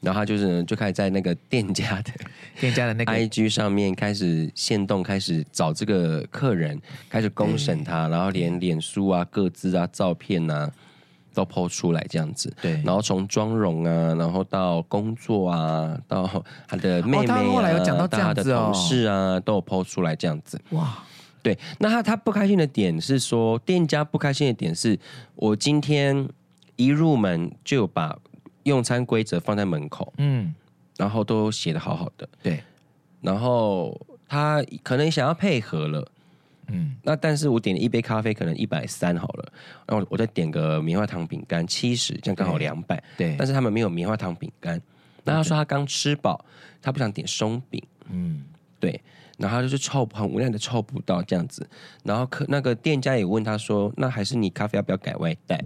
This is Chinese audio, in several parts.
然后他就开始在那个店家的那个 IG 上面开始限动，开始找这个客人，开始公审他，然后连脸书啊、个资啊、照片啊都 po 出来这样子。 对， 然后从妆容啊，然后到工作啊，到他的妹妹啊， 他后来有讲到这样子到他的同事啊，都有 po 出来这样子。 哇， 对，那他不开心的点是说，店家不开心的点是我今天一入门就有把用餐规则放在门口，然后都写得好好的， 对， 然后他可能想要配合了，那但是我点了一杯咖啡，可能130好了，然后我再点个棉花糖饼干70，这样刚好200， 对， 但是他们没有棉花糖饼干，那他说他刚吃饱，他不想点松饼，对，然后他就是很无奈的凑不到这样子，然后那个店家也问他说，那还是你咖啡要不要改外带？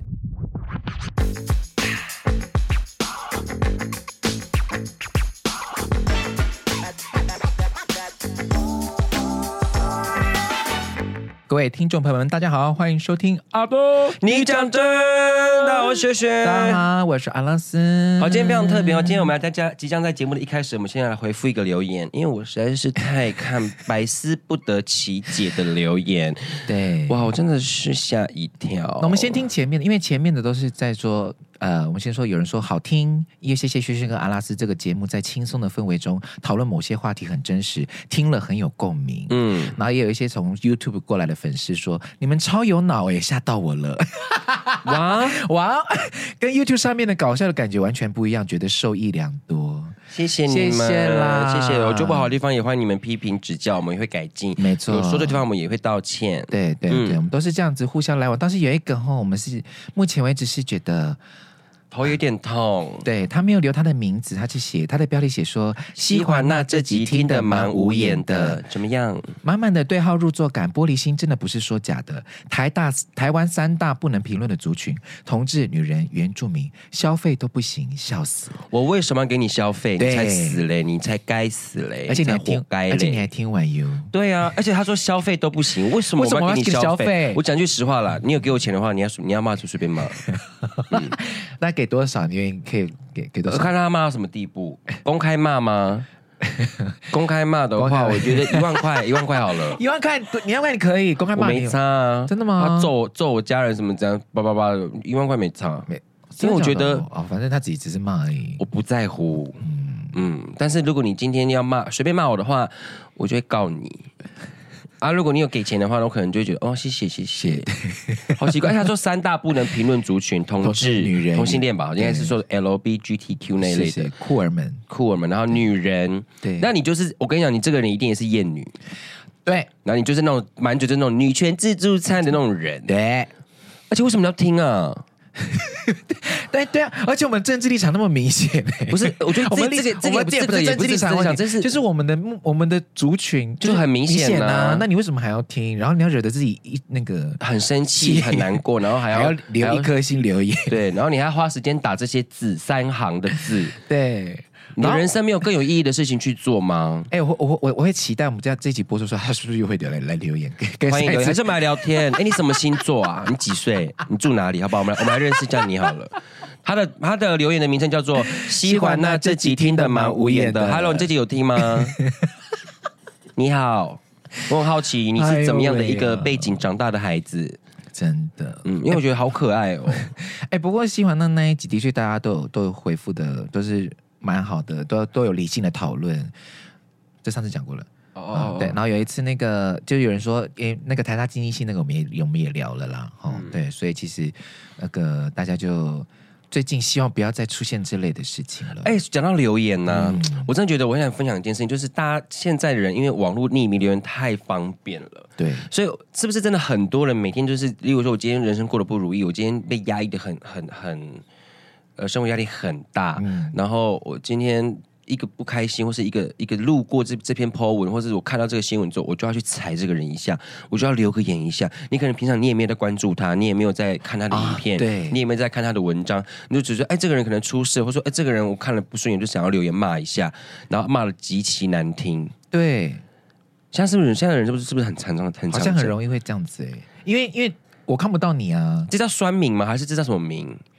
各位听众朋友们，大家好，欢迎收听阿多你讲真的，我是雪雪， 大家好，我是阿拉斯。 好，今天非常特别哦，今天我们即将在节目的一开始，我们现在来回复一个留言，因为我实在是太看百思不得其解的留言， 对， 哇，我真的是吓一跳。 那我们先听前面的，因为前面的都是在说。我们先说，有人说好听，因为谢谢薛薛跟阿拉斯这个节目在轻松的氛围中讨论某些话题很真实，听了很有共鸣。然后也有一些从 YouTube 过来的粉丝说，你们超有脑吓到我了。哇，跟 YouTube 上面的搞笑的感觉完全不一样，觉得受益良多。 谢谢你们， 谢谢啦， 谢谢。有做不好的地方也欢迎你们批评指教，我们也会改进。 没错， 有说的地方我们也会道歉。 对，我们都是这样子互相来往。但是有一个我们是目前为止是觉得。 头有点痛， 对，他没有留他的名字，他就写他的标题写说西环那这集听得蛮无言的，怎么样？ 满满的对号入座感，玻璃心真的不是说假的。台湾3大不能评论的族群：同志、女人、原住民，消费都不行，笑死！ 我为什么要给你消费？你才死嘞，你才该死嘞， 而且你还听，而且你还听完哟。 对啊，而且他说消费都不行，为什么我要给你消费？我讲句实话啦，你有给我钱的话，你要骂就随便骂。 那给多少？你愿意可以给多少？ 我看他骂到什么地步？公开骂吗？公开骂的话，我觉得1万块，1万块好了。 1万块，你1万块你可以公开骂， 我没差啊， 真的吗？ 他揍我家人什么这样，888，1万块没差，因为我觉得反正他自己只是骂而已， 我不在乎。但是如果你今天要随便骂我的话，我就会告你。如果你有给钱的话，我可能就会觉得谢谢，好奇怪。他说3大不能评论族群：同志、 女人、 同性恋吧，应该是说 LGBTQ 那一类的酷儿们， 然后女人，对，那你就是我跟你讲，你这个人一定也是厌女， 对， 然后你就是那种满嘴就是那种女权自助餐的那种人， 对， 而且为什么要听啊？ 对啊，而且我们政治立场那么明显， 不是？我觉得这个也不是政治立场，就是我们的族群就很明显啊。 那你为什么还要听？然后你要惹得自己那个很生气、很难过，然后还要留1颗星留言， 对，然后你还要花时间打这些字，3行的字， 对。 你的人生没有更有意义的事情去做吗？ 我会期待我们这一集播出说，他是不是又会来留言？ 欢迎留言，还是我们来聊天？你什么星座啊？你几岁？你住哪里？好不好？我们来认识一下你好了。他的留言的名称叫做西环，那这集听得蛮无言的。Hello， 你这集有听吗？你好，我很好奇你是怎么样的一个背景长大的孩子。 真的， 因为我觉得好可爱哦。 不过西环那一集的确大家都有回复的，都是蛮好的，都有理性的讨论。这上次讲过了。对，然后有一次那个就有人说，那个台大经济系那个我们也聊了啦。对，所以其实那个大家就最近希望不要再出现这类的事情了。 讲到留言呢，我真的觉得我很想分享一件事情，就是大家现在的人因为网络匿名留言太方便了， 对， 所以是不是真的很多人每天就是，例如说我今天人生过得不如意，我今天被压抑的很生活压力很大，然后我今天一个不开心，或是一个路过这篇 po 文，或是我看到这个新闻之后，我就要去踩这个人一下，我就要留个言一下。你可能平常你也没有在关注他，你也没有在看他的影片， 对， 你也没有在看他的文章，你就只是这个人可能出事，或者说这个人我看了不顺眼，就想要留言骂一下，然后骂的极其难听。 对， 现在的人是不是很常好像很容易会这样子因为我看不到你啊， 这叫酸民吗？还是这叫什么名？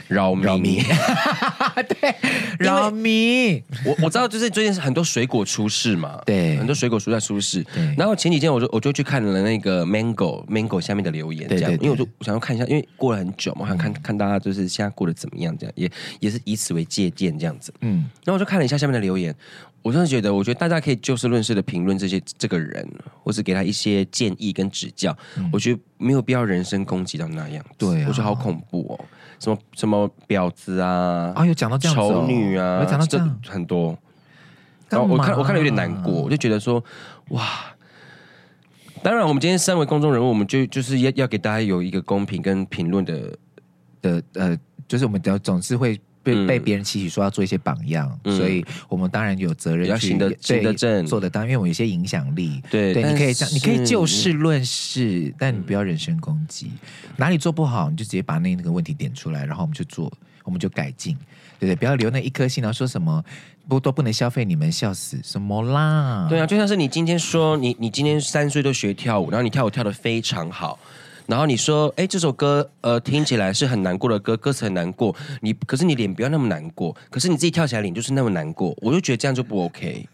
扰民。 对，扰民。 我知道，就是最近很多水果出事嘛， 对， 很多水果蔬菜出事。然后前几天我就去看了那个 Mango 下面的留言，这样，因为我想要看一下，因为过了很久嘛，想看大家就是现在过得怎么样，这样也是以此为借鉴这样子。然后我就看了一下下面的留言，我真的觉得，我觉得大家可以就事论事的评论这个人，或是给他一些建议跟指教。我觉得没有必要人身攻击到那样。 对， 我觉得好恐怖哦。什么婊子啊， 有讲到这样子丑女啊， 有讲到这样很多。然后我看了有点难过，我就觉得说，哇！当然，我们今天身为公众人物，我们就是要给大家有一个公平跟评论的就是我们总是会被别人期许说要做一些榜样，所以我们当然有责任去行得正， 做得当，因为我们有些影响力。 对， 你可以这样，你可以就事论事，但你不要人身攻击。哪里做不好，你就直接把那个问题点出来，然后我们就做，我们就改进，对不对？不要留那一颗心，然后说什么都不能消费你们，笑死什么啦？ 对啊，就像是你今天说你今天3岁都学跳舞，然后你跳舞跳得非常好。然后你说，这首歌听起来是很难过的歌，歌词很难过，可是你脸不要那么难过，可是你自己跳起来脸就是那么难过，我就觉得这样就不 OK。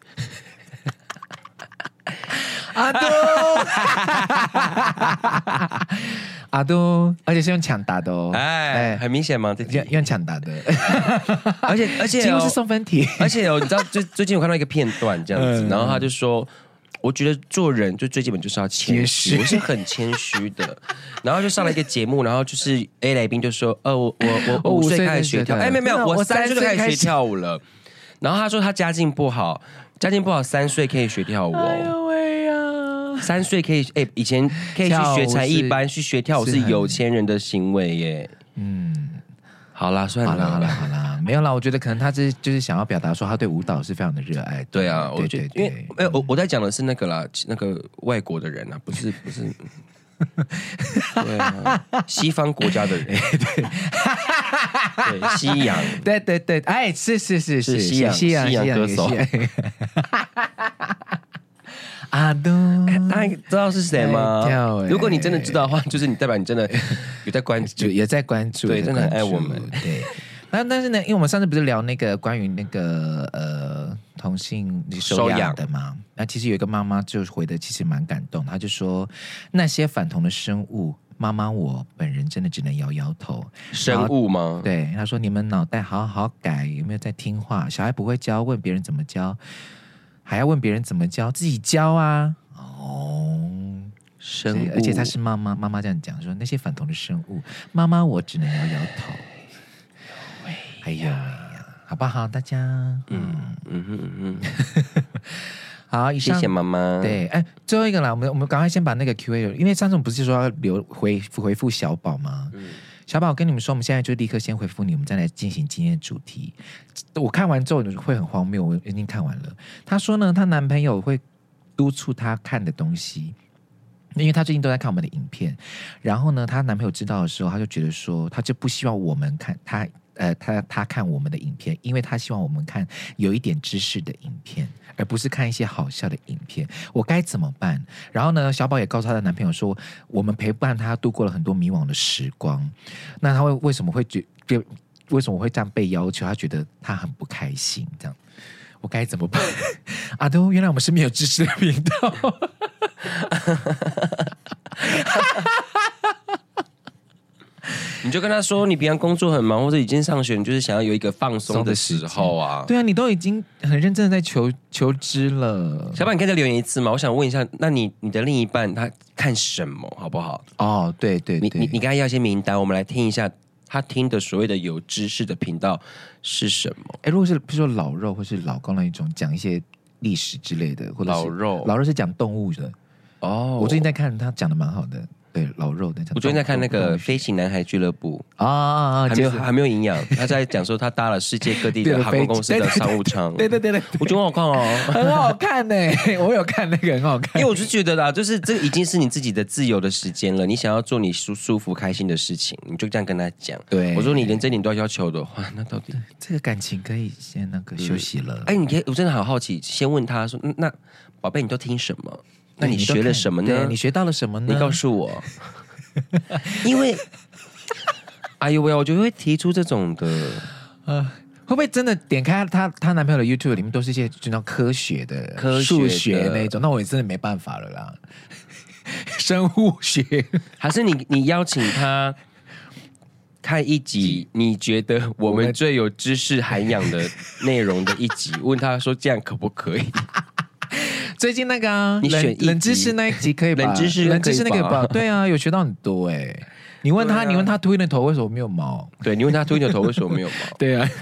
阿都，而且是用抢答的哦， 很明显吗？ 用抢答的， 而且几乎是送分题， 而且你知道最近我看到一个片段这样子，然后他就说。我觉得做人就最基本就是要谦虚，我是很谦虚的。然后就上了一个节目，然后就是 A 来宾就说：“我5岁开始学跳，没有，我3岁就开始学跳舞了。”然后他说他家境不好3岁可以学跳舞。哎呦喂呀！3岁可以以前可以去学才艺班，去学跳舞是有钱人的行为耶。好啦，算了， 好啦，没有啦。我觉得可能他就是想要表达说他对舞蹈是非常的热爱。 对啊，我觉得因为我在讲的是那个啦，那个外国的人啊，不是，对啊，西方国家的人，对，西洋， 对，是西洋歌手。 阿都， 大家知道是谁吗？如果你真的知道的话，就是你代表你真的有在关注， 也在关注， 对，真的很爱我们。 对，但是呢，因为我们上次不是聊那个关于那个同性收养的嘛，那其实有一个妈妈就回的其实蛮感动，她就说那些反同的生物，妈妈我本人真的只能摇摇头。 生物吗？ 对，她说你们脑袋好好改，有没有在听话？小孩不会教，问别人怎么教。还要问别人怎么教，自己教啊！ 生物， 而且她是妈妈，妈妈这样讲说，那些反同的生物，妈妈我只能摇摇头。哎呀，好不好？大家，好，以上谢谢妈妈。 对，最后一个啦，我们赶快先把那个 Q&A， 因为上次我们不是说要留回复小宝吗？小宝，我跟你们说，我们现在就立刻先回复你，我们再来进行今天的主题。我看完之后会很荒谬，我已经看完了。她说呢，她男朋友会督促她看的东西，因为她最近都在看我们的影片。然后呢，她男朋友知道的时候，她就觉得说，她就不希望我们看他看我们的影片，因为他希望我们看有一点知识的影片，而不是看一些好笑的影片。我该怎么办？然后呢，小宝也告诉她的男朋友说，我们陪伴他度过了很多迷惘的时光。那他为什么会这样被要求？他觉得他很不开心。这样，我该怎么办？阿都，原来我们是没有知识的频道。 你就跟他说，你平常工作很忙，或者已经上学，你就是想要有一个放松的时候啊。 对啊，你都已经很认真的在求知了。 小宝，你可以再留言一次吗？我想问一下，那你的另一半他看什么，好不好？ 哦，对， 你刚才要一些名单，我们来听一下他听的所谓的有知识的频道是什么？ 如果是比如说老肉或是老高那一种讲一些历史之类的，或者老肉是讲动物的。哦，我最近在看他讲的蛮好的。对，老肉的。 我最近在看那个《飞行男孩俱乐部》还没有营养。他在讲说他搭了世界各地的航空公司的商务舱。 对， 我觉得很好看哦， 很好看呢。我有看那个很好看， 因为我是觉得啦，就是这已经是你自己的自由的时间了，你想要做你舒服开心的事情，你就这样跟他讲。 对， 我说你连这点都要求的话，那到底这个感情可以先那个休息了。 我真的好好奇，先问他说，那宝贝你都听什么？那你学了什么呢？ 你学到了什么呢？ 你告诉我。因为哎呦喂，我就会提出这种的。 会不会真的点开她男朋友的 YouTube 里面都是一些就那种科学的、数学那种？那我也真的没办法了啦。生物学， 还是你邀请他看一集你觉得我们最有知识涵养的内容的一集，问他说这样可不可以？ 最近那个啊， 你选冷知识那一集可以吧？ 冷知识那个吧？对啊，有学到很多哎。你问他秃鹰的头为什么没有毛？ 对，你问他秃鹰的头为什么没有毛？ 对啊。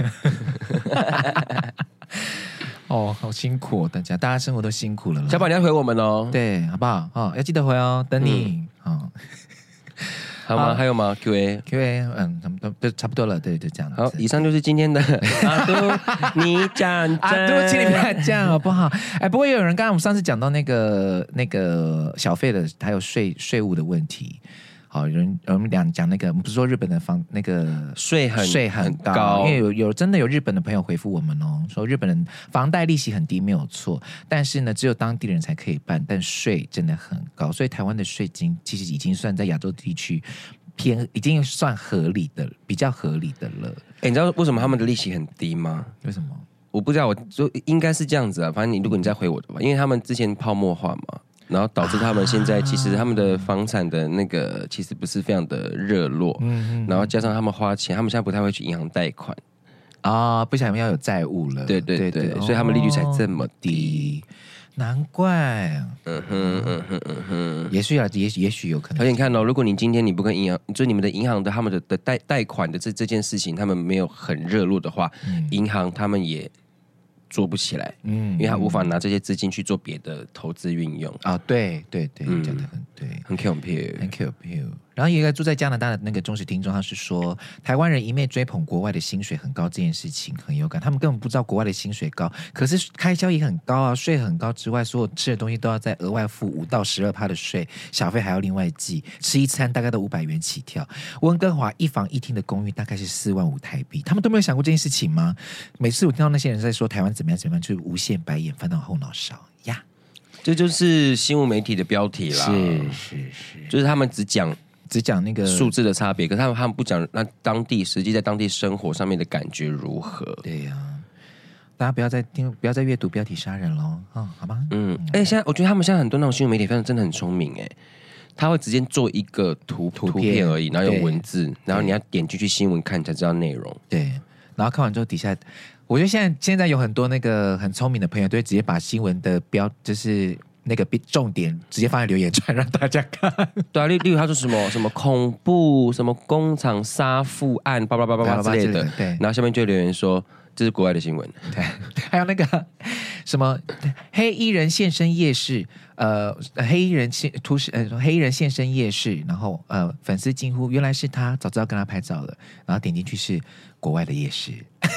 哦，好辛苦哦，大家生活都辛苦了啦。 小宝，你要回我们哦， 对，好不好？哦，要记得回哦，等你。 好吗？还有吗 ？Q&A， 差不多了，对，就这样子。 好，以上就是今天的阿都，你讲真， 阿都，请你不要这样好不好？哎，不过也有人刚才我们上次讲到那个小费的，还有税务的问题。好，我们讲那个，不是说日本的那个税很高， 因为真的有日本的朋友回复我们哦，说日本人房贷利息很低没有错，但是呢，只有当地人才可以办，但税真的很高，所以台湾的税金其实已经算在亚洲地区已经算合理的，比较合理的了。 你知道为什么他们的利息很低吗？ 为什么？ 我不知道，我就应该是这样子啊。反正如果你再回我的话，因为他们之前泡沫化嘛。然后导致他们现在其实他们的房产的那个其实不是非常的热络，然后加上他们花钱，他们现在不太会去银行贷款啊，不想要有债务了， 对，所以他们利率才这么低， 难怪，也许有可能。 而且你看哦，如果你今天你不跟银行，就你们的银行的他们的贷款的这件事情，他们没有很热络的话，银行他们也做不起来，因为他无法拿这些资金去做别的投资运用啊。对，讲得很对， 很 compare。然后有一个住在加拿大的那个忠实听众，他是说，台湾人一面追捧国外的薪水很高这件事情很有感，他们根本不知道国外的薪水高，可是开销也很高啊，税很高之外，所有吃的东西都要再额外付5到12%的税，小费还要另外计，吃一餐大概都500元起跳。温哥华1房1厅的公寓大概是4万5台币，他们都没有想过这件事情吗？每次我听到那些人在说台湾怎么样，就无限白眼翻到后脑勺呀。 这就是新闻媒体的标题啦， 是， 就是他们只讲那个数字的差别，可是他们不讲那实际在当地生活上面的感觉如何。 对呀，大家不要再阅读标题杀人咯，好吗？ 现在我觉得他们现在很多那种新闻媒体真的很聪明哎，他会直接做一个图片而已，然后有文字，然后你要点进去新闻看才知道内容。 对，然后看完之后底下，我觉得现在有很多那个很聪明的朋友，都会直接把新闻的就是那个重点直接放在留言串让大家看。 对啊，例如他说什么恐怖什么工厂杀父案叭叭叭叭叭之类的， 对， 然后下面就留言说这是国外的新闻。 对，还有那个什么黑衣人现身夜市，黑衣人现身夜市，然后粉丝惊呼原来是他，早知道跟他拍照了，然后点进去是国外的夜市。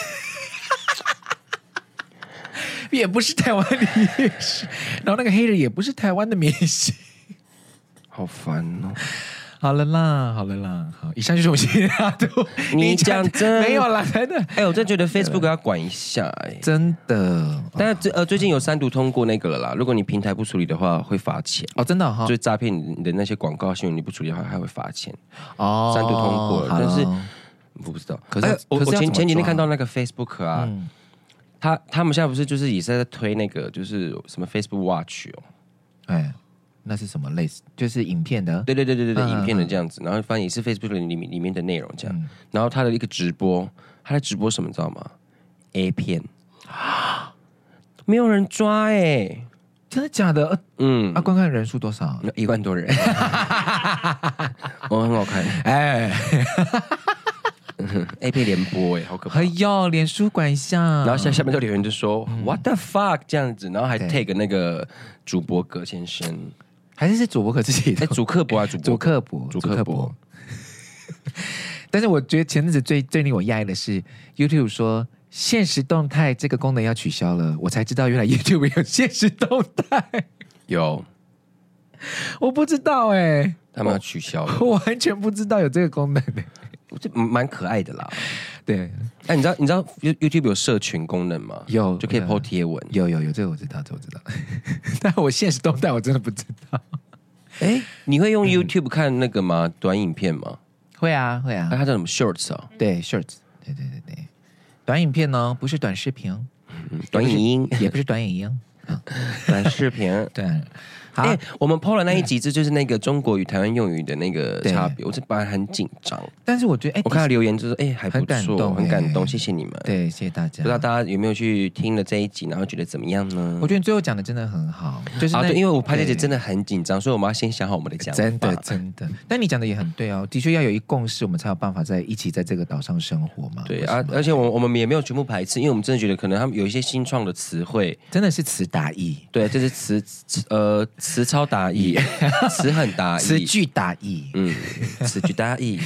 也不是台湾的夜市，然后那个黑人也不是台湾的明星， 好烦哦。 好了啦，好，以上就是我们今天的。 你讲真没有啦，真的。 我真觉得 Facebook 要管一下， 真的。 但是最近有3读通过那个了啦，如果你平台不处理的话，会罚钱哦，真的哈， 就是诈骗你的那些广告新闻，你不处理的话，还会罚钱哦。 3读通过了，但是我不知道。可是我前几天看到那个 Facebook 啊。他们现在不是就是也是在推那个就是什么 Facebook Watch 哦， 那是什么类似就是影片的？ 对，影片的这样子，然后反正也是 Facebook 里面的内容这样，然后他的一个直播，他在直播什么你知道吗 ？A 片没有人抓真的假的？观看人数多少 ？1万多人，很好看A 片联播好可怕！ 哎呦，脸书管一下， 然后下面就留言就说、What the fuck 这样子，然后还 take 那个主播葛先生， 还是主播葛自己的？ 主客博啊，主客博。 但是我觉得前阵子最令我讶异的是 ，YouTube 说限时动态这个功能要取消了，我才知道原来 YouTube 有限时动态。 有， 我不知道他们要取消了， 我完全不知道有这个功能这蛮可爱的啦。 对， 你知道 YouTube 有社群功能吗？ 有， 就可以 po 贴文。 有，这个我知道，但我限时动态我真的不知道。 你会用 YouTube 看那个吗？短影片吗？ 会啊会啊。 它叫什么 shorts 哦？ 对 shorts， 对，短影片呢不是短视频， 短影音也不是短影音， 短视频。 对。 好，我们 PO 了那一集，这就是那个中国与台湾用语的那个差别。我这本来很紧张， 但是我觉得， 我看到留言就是，还不错，很感动，谢谢你们。 对，谢谢大家。 不知道大家有没有去听了这一集，然后觉得怎么样呢？ 我觉得你最后讲的真的很好，就是对，因为我拍这集真的很紧张，所以我们要先想好我们的讲法。 真的。但你讲的也很对哦，的确要有一共识，我们才有办法一起在这个岛上生活嘛。 对啊，而且我们也没有全部排斥，因为我们真的觉得可能他们有一些新创的词汇， 真的是词达意。 对，这是词超达意。词很达意， 词句达意， 词句达意。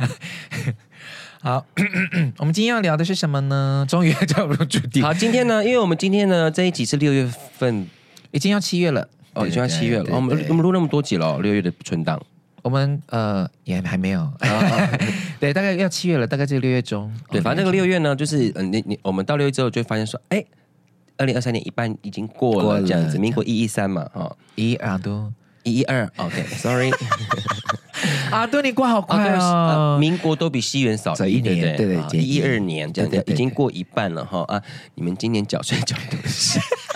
好，我们今天要聊的是什么呢？终于要进入主题。 好，今天呢，因为我们今天呢这一集是6月份， 已经要7月了， 已经要7月了。我们录那么多集了，6月的存档， 我们也还没有。对，大概要7月了，大概这个6月中。 对，反正这个6月呢，就是我们到6月之后就会发现说，2023年一半已经过了，这样子，民国113嘛 112 OK，sorry。 对，你过好快哦。 民国都比西元少一年，对 ，12年这样，已经过一半了哈你们今年缴税缴多少？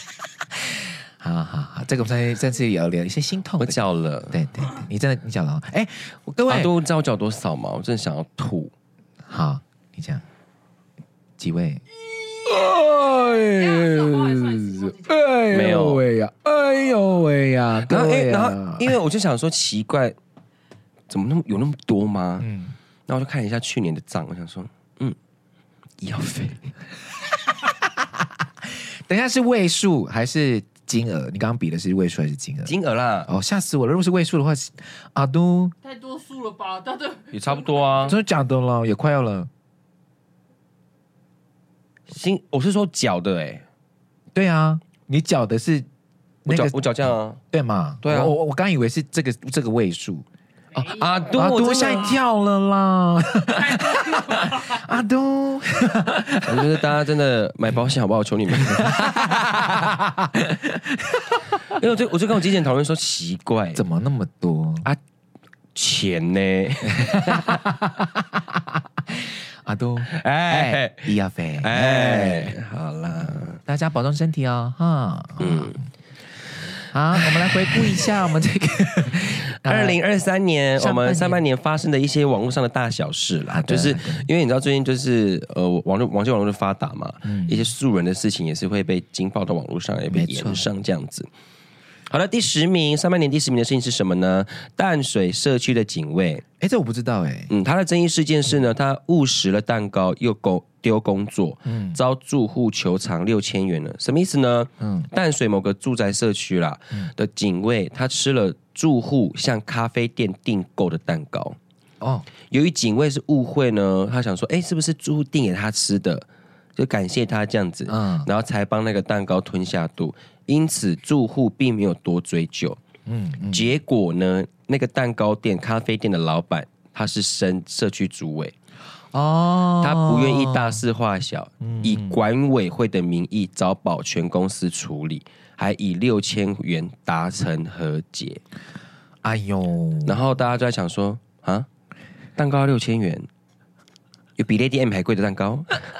好，这个我们在这里聊一些心痛。 我缴了， 对，你缴了。各位都知道我缴多少吗？我真的想要吐。 好，你讲几位？ 没有喂呀！哎呦喂呀！ 然后，因为我就想说奇怪，怎么有那么多吗？然后我就看了一下去年的账，我想说，医药费。 等一下是位数还是金额？你刚刚比的是位数还是金额？ 金额啦！ 吓死我了！如果是位数的话，都太多数了吧？ 也差不多啊。 真的假的了？也快要了。 我是说缴的对啊，你缴的是我缴这样啊， 对嘛？ 对啊， 我刚以为是这个位数我吓一跳了啦！都， 我觉得大家真的买保险好不好？求你们！因为我就跟我经纪人讨论说，奇怪， 怎么那么多钱呢？ 都医药费好啦， 大家保重身体哦哈。好，我们来回顾一下我们这个 2023年我们上半年发生的一些网络上的大小事啦，就是因为你知道最近就是网际网络的发达嘛，一些素人的事情也是会被惊爆到网络上，也被延上这样子。好了，上半年第10名的事情是什么呢？淡水社区的警卫， 这我不知道他的争议事件是呢，他误食了蛋糕又丢工作，遭住户求偿6000元了，什么意思呢？淡水某个住宅社区啦的警卫，他吃了住户向咖啡店订购的蛋糕，由于警卫是误会呢，他想说，是不是住户订给他吃的？就感谢他这样子，然后才帮那个蛋糕吞下肚，因此住户并没有多追究。结果呢，那个蛋糕店、咖啡店的老板他是升社区主委，他不愿意大事化小，以管委会的名义找保全公司处理，还以6000元达成和解。 哎呦，然后大家都在想说蛋糕6000元，有比 Lady M 还贵的蛋糕？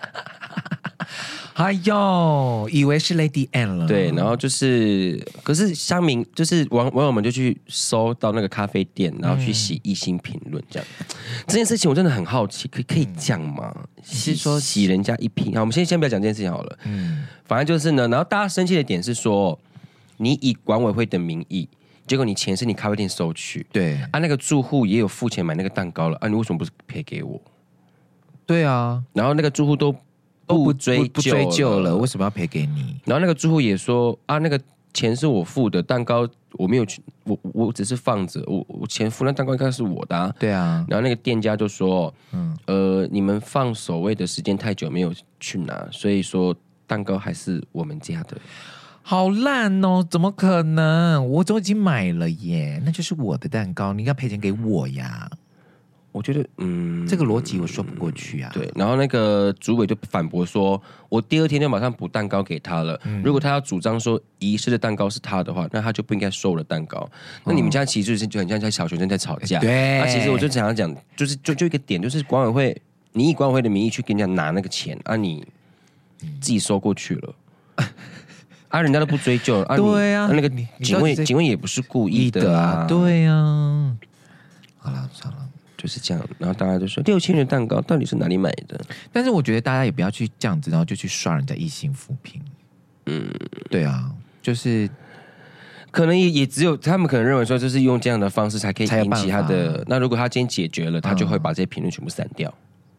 哎呦，以为是 Lady M 了。 对，然后可是乡民就是网友们就去搜到那个咖啡店，然后去写1星评论，这样。这件事情我真的很好奇，可以讲吗？ 是说洗人家1瓶？好，我们先不要讲这件事情好了。反正就是呢，然后大家生气的点是说，你以管委会的名义，结果你钱是你咖啡店收取， 对那个住户也有付钱买那个蛋糕了，你为什么不是赔给我？ 对啊， 然后那个住户都不追究了，为什么要赔给你？ 然后那个住户也说那个钱是我付的，蛋糕我没有去，我只是放着，我钱付，那蛋糕应该是我的对啊。 然后那个店家就说，你们放守卫的时间太久没有去拿，所以说蛋糕还是我们家的。 好烂哦！怎么可能？我都已经买了耶，那就是我的蛋糕，你应该赔钱给我呀。 我觉得， 这个逻辑我说不过去啊。 对，然后那个主委就反驳说，我第二天就马上补蛋糕给他了。如果他要主张说遗失的蛋糕是他的话，那他就不应该收我的蛋糕。那你们家其实就很像小学生在吵架。 对， 其实我就想要讲，就一个点，就是管委会，你以管委会的名义去跟人家拿那个钱，你自己收过去了。人家都不追究了。 对啊， 那个警卫也不是故意的啊。 对啊。好了，算了。 就是这样，然后大家就说6000元蛋糕到底是哪里买的？ 但是我觉得大家也不要去这样子，然后就去刷人家一星负评。对啊，就是可能也只有他们可能认为说，就是用这样的方式才可以引起他的。那如果他今天解决了，他就会把这些评论全部删掉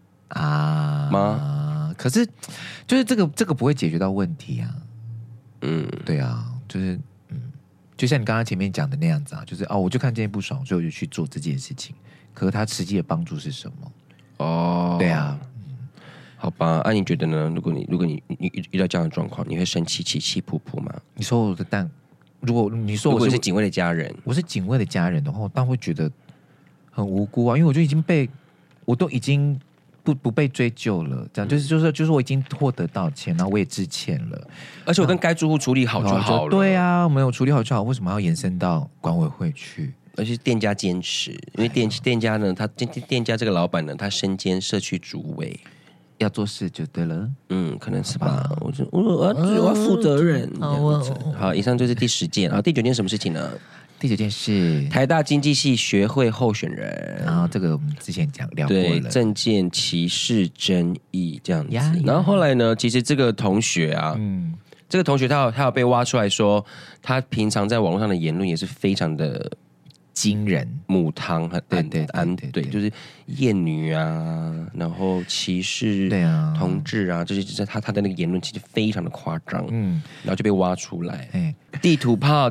吗？ 可是就是这个不会解决到问题啊。对啊，就是就像你刚刚前面讲的那样子啊，就是我就看这件不爽，所以我就去做这件事情。可是它实际的帮助是什么？对啊， 好吧。你觉得呢？如果你遇到这样的状况，你会生气气气噗噗吗？ 你说我的蛋，如果你说我是警卫的家人， 我是警卫的家人的话，我当然会觉得很无辜啊，因为我都已经不被追究了，这样就是我已经获得道歉，然后我也致歉了， 而且我跟该住户处理好就好了。 对啊，我们有处理好就好，为什么要延伸到管委会去？ 而且店家坚持，因为店家呢，店家这个老板呢，他身兼社区主委， 要做事就对了。 可能是吧。我要负责任。好，以上就是第10件。第9件什么事情呢？ 第9件事， 台大经济系学会候选人。 然后这个我们之前聊过了， 对，政见歧视争议这样子。然后后来呢，其实这个同学啊，这个同学他有被挖出来说，他平常在网络上的言论也是非常的惊人， 母汤对，就是厌女啊，然后歧视同志啊，就是他的那个言论其实非常的夸张，然后就被挖出来。地图炮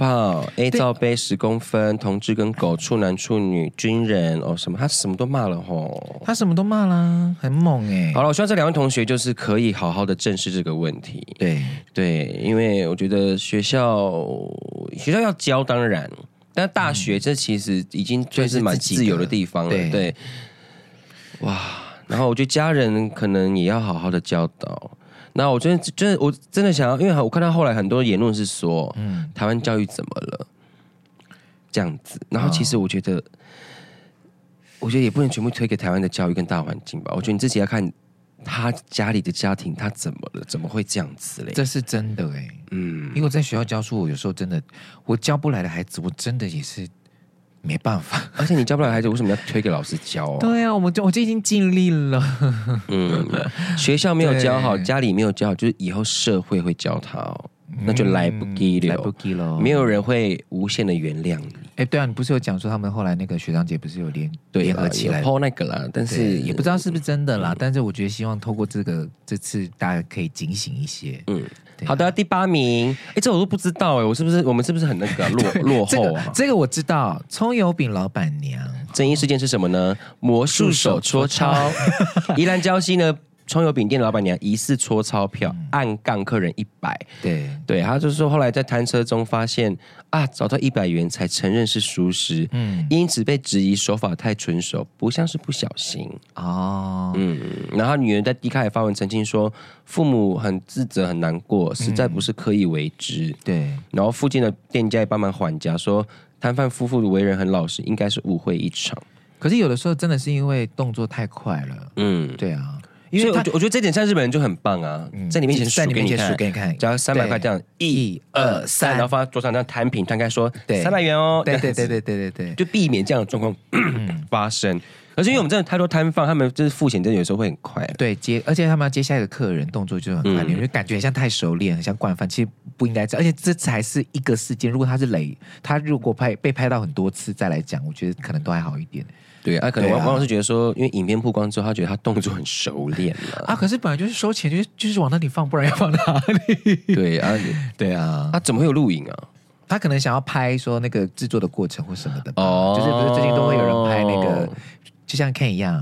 ，A 罩杯10公分，同志跟狗，处男处女，军人什么，他什么都骂了吼， 他什么都骂啦，很猛好了，我希望这2位同学就是可以好好的正视这个问题。对，因为我觉得学校要教，当然。但大学这其实已经算是蛮自由的地方了，对，哇！然后我觉得家人可能也要好好的教导。那我真的想要，因为我看到后来很多言论是说，台湾教育怎么了这样子。然后其实我觉得也不能全部推给台湾的教育跟大环境吧。我觉得你自己要看他家里的家庭，他怎么了？怎么会这样子嘞？ 这是真的因为我在学校教书，我有时候真的我教不来的孩子，我真的也是没办法。 而且你教不来的孩子，为什么要推给老师教对啊，我就已经尽力了。 学校没有教好，家里没有教好，就是以后社会会教他那就来不及了，没有人会无限的原谅你。 对啊，你不是有讲说他们后来那个学长姐不是有联合起来抛那个啦，但是也不知道是不是真的啦。但是我觉得希望透过这次大家可以警醒一些。 好的，第8名，这我都不知道我们是不是很那个落后啊？ 这个我知道，葱油饼老板娘争议事件是什么呢？魔术手戳钞，宜兰礁溪呢？葱油饼店的老板娘疑似戳钞票，暗杠客人100。对，他就是说后来在摊车中发现找到100元才承认是疏失，因此被质疑手法太纯熟，不像是不小心然后女儿在 D 卡也发文澄清说，父母很自责很难过，实在不是刻意为之。然后附近的店家也帮忙缓颊，说摊贩夫妇的为人很老实，应该是误会一场。 可是有的时候真的是因为动作太快了。对啊。 因为我觉得这点像日本人就很棒啊，在你面前数给你看，只要300块这样，1、2、3，然后放在桌上这样摊平摊开说300元哦， 对， 就避免这样的状况发生。而且因为我们真的太多摊贩，他们就是付钱真的有时候会很快， 对，而且他们要接下一个客人，动作就很快，就感觉很像太熟练，很像惯犯，其实不应该这样。而且这才是一个事件，如果他如果被拍到很多次再来讲，我觉得可能都还好一点。 对可能王老师觉得说，因为影片曝光之后，他觉得他动作很熟练了可是本来就是收钱，就是往那里放，不然要放哪里？对啊， 他怎么会有录影啊？ 他可能想要拍说那个制作的过程或什么的吧。就是不是最近都会有人拍那个，就像 Ken 一样，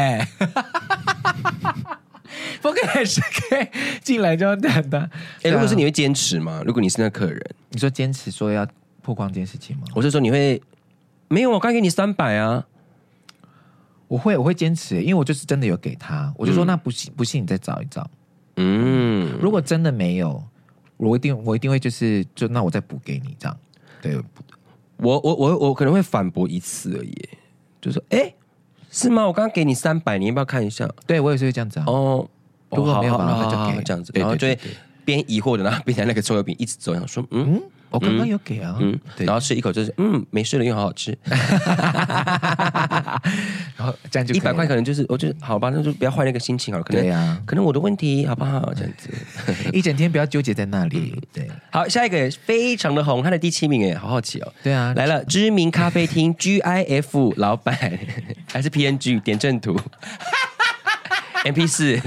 不可以是 Ken 进来就要等的。 如果是你会坚持吗？如果你是那客人， 你说坚持说要曝光这件事情吗？ 我是说你会没有，我刚给你300啊。 我会坚持，因为我就是真的有给他，我就说那不信你再找一找。如果真的没有，我一定会就那我再补给你这样。对， 我可能会反驳一次而已，就说是吗？我刚刚给你300，你要不要看一下？ 对我也是会这样子啊。如果没有办法就给这样子，然后就会边疑惑的，然后边在那个葱油饼一直走，想说我刚刚有给啊， 然后吃一口就是没事了，又好好吃， 然后这样就 100块可能就是我就好吧，那就不要坏那个心情好了，可能我的问题好不好？这样子一整天不要纠结在那里。对， 好，下一个也非常的红，他的第7名好好奇哦。 对啊， 来了，知名咖啡厅 GIF 老板还是 PNG 点阵图MP4。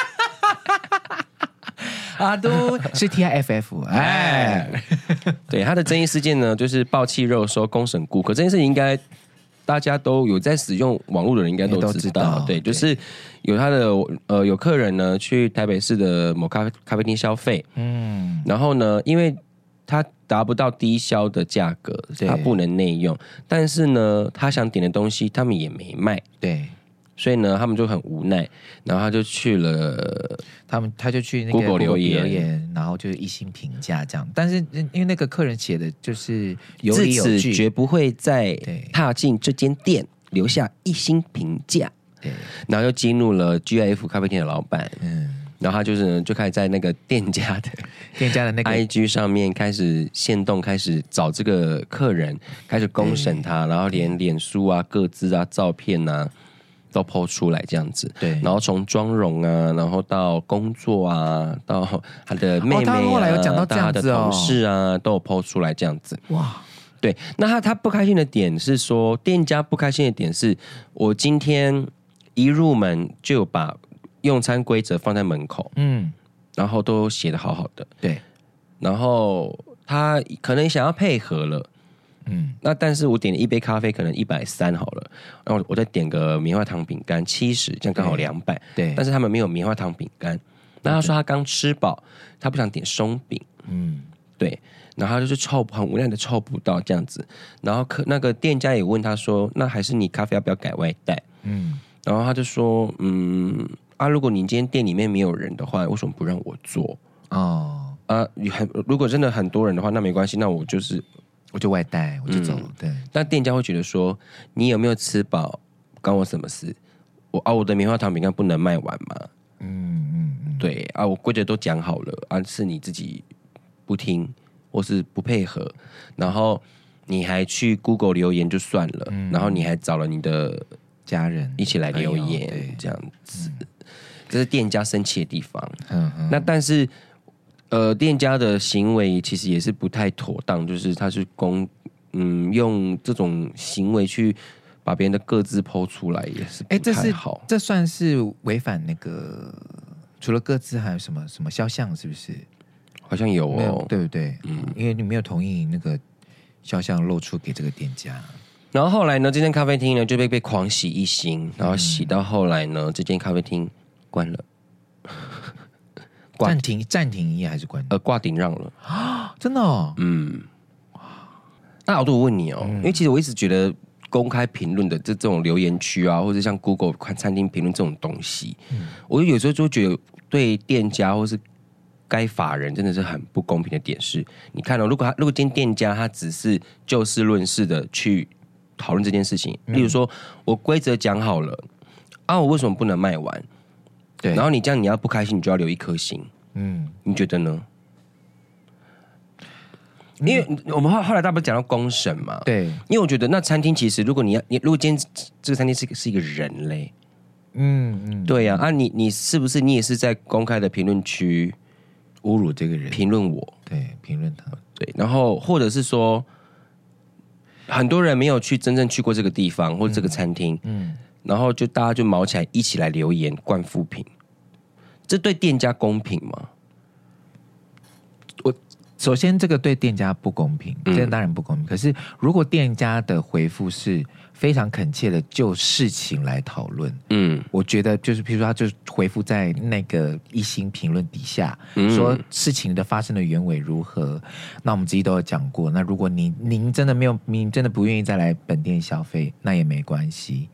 阿都是 TIFF， 对，他的争议事件呢，就是爆气肉收公审顾客这件事情，应该大家都有在使用网络的人应该都知道。对，就是有他的有客人呢去台北市的某咖啡厅消费，然后呢，因为他达不到低消的价格，他不能内用，但是呢，他想点的东西他们也没卖， 对。 所以呢，他们就很无奈，然后他就去了， 他就去那个 Google 留言， 然后就1星评价这样。但是因为那个客人写的就是有理有据， 自此绝不会再踏进这间店留下1星评价。 对， 然后又激怒了 GIF 咖啡店的老板，然后他就开始在那个店家的那个 IG 上面开始限动，开始找这个客人，开始公审他，然后连脸书啊、个资啊、照片啊。都 po 出来这样子， 对， 然后从妆容啊，然后到工作啊，到他的妹妹啊， 他后来有讲到这样子到他的同事啊，都有 po 出来这样子。 哇， 对，那他不开心的点是说，店家不开心的点是我今天一入门就有把用餐规则放在门口，然后都写得好好的， 对， 然后他可能想要配合了。那但是我点了一杯咖啡，可能130好了，然后我再点个棉花糖饼干70，这样刚好200。 对， 但是他们没有棉花糖饼干，那他说他刚吃饱，他不想点松饼。对，然后他就是很无奈的凑不到这样子，然后那个店家也问他说，那还是你咖啡要不要改外带？然后他就说，如果你今天店里面没有人的话，为什么不让我做？如果真的很多人的话，那没关系，那我就外带，我就走。对， 但店家会觉得说，你有没有吃饱，关我什么事？我的棉花糖饼干不能卖完吗？对啊，我规则都讲好了，是你自己不听或是不配合，然后你还去 Google 留言就算了，然后你还找了你的家人一起来留言，这样子，这是店家生气的地方。那但是。店家的行为其实也是不太妥当，就是他是用这种行为去把别人的个资抛出来，也是不太好。 这算是违反那个除了个资还有什么肖像，是不是？ 好像有哦， 对不对？因为你没有同意那个肖像露出给这个店家。 然后后来呢，这间咖啡厅呢就被狂洗1星，然后洗到后来呢，这间咖啡厅关了。 暂停营业还是关？ 挂顶让了啊！真的哦。 那敖度我问你哦，因为其实我一直觉得公开评论的这种留言区啊，或者像 Google 餐厅评论这种东西，我有时候就觉得对店家或是该法人真的是很不公平的点是，你看哦，如果今天店家他只是就事论事的去讨论这件事情，例如说我规则讲好了我为什么不能卖完？对，然后你这样你要不开心，你就要留1颗星。你觉得呢？因为我们后来大不是讲到公审嘛？ 对， 因为我觉得那餐厅其实，如果如果今天这个餐厅是一个人类，对呀，你是不是你也是在公开的评论区侮辱这个人， 评论我？ 对，评论他。 对，然后或者是说，很多人没有真正去过这个地方或者这个餐厅，然后就大家就毛起来一起来留言灌负评，这对店家公平吗？ 首先这个对店家不公平，这当然不公平。可是如果店家的回复是非常恳切的就事情来讨论，我觉得就是譬如说他就回复在那个1星评论底下，说事情的发生的原委如何，那我们自己都有讲过，那如果您真的不愿意再来本店消费，那也没关系。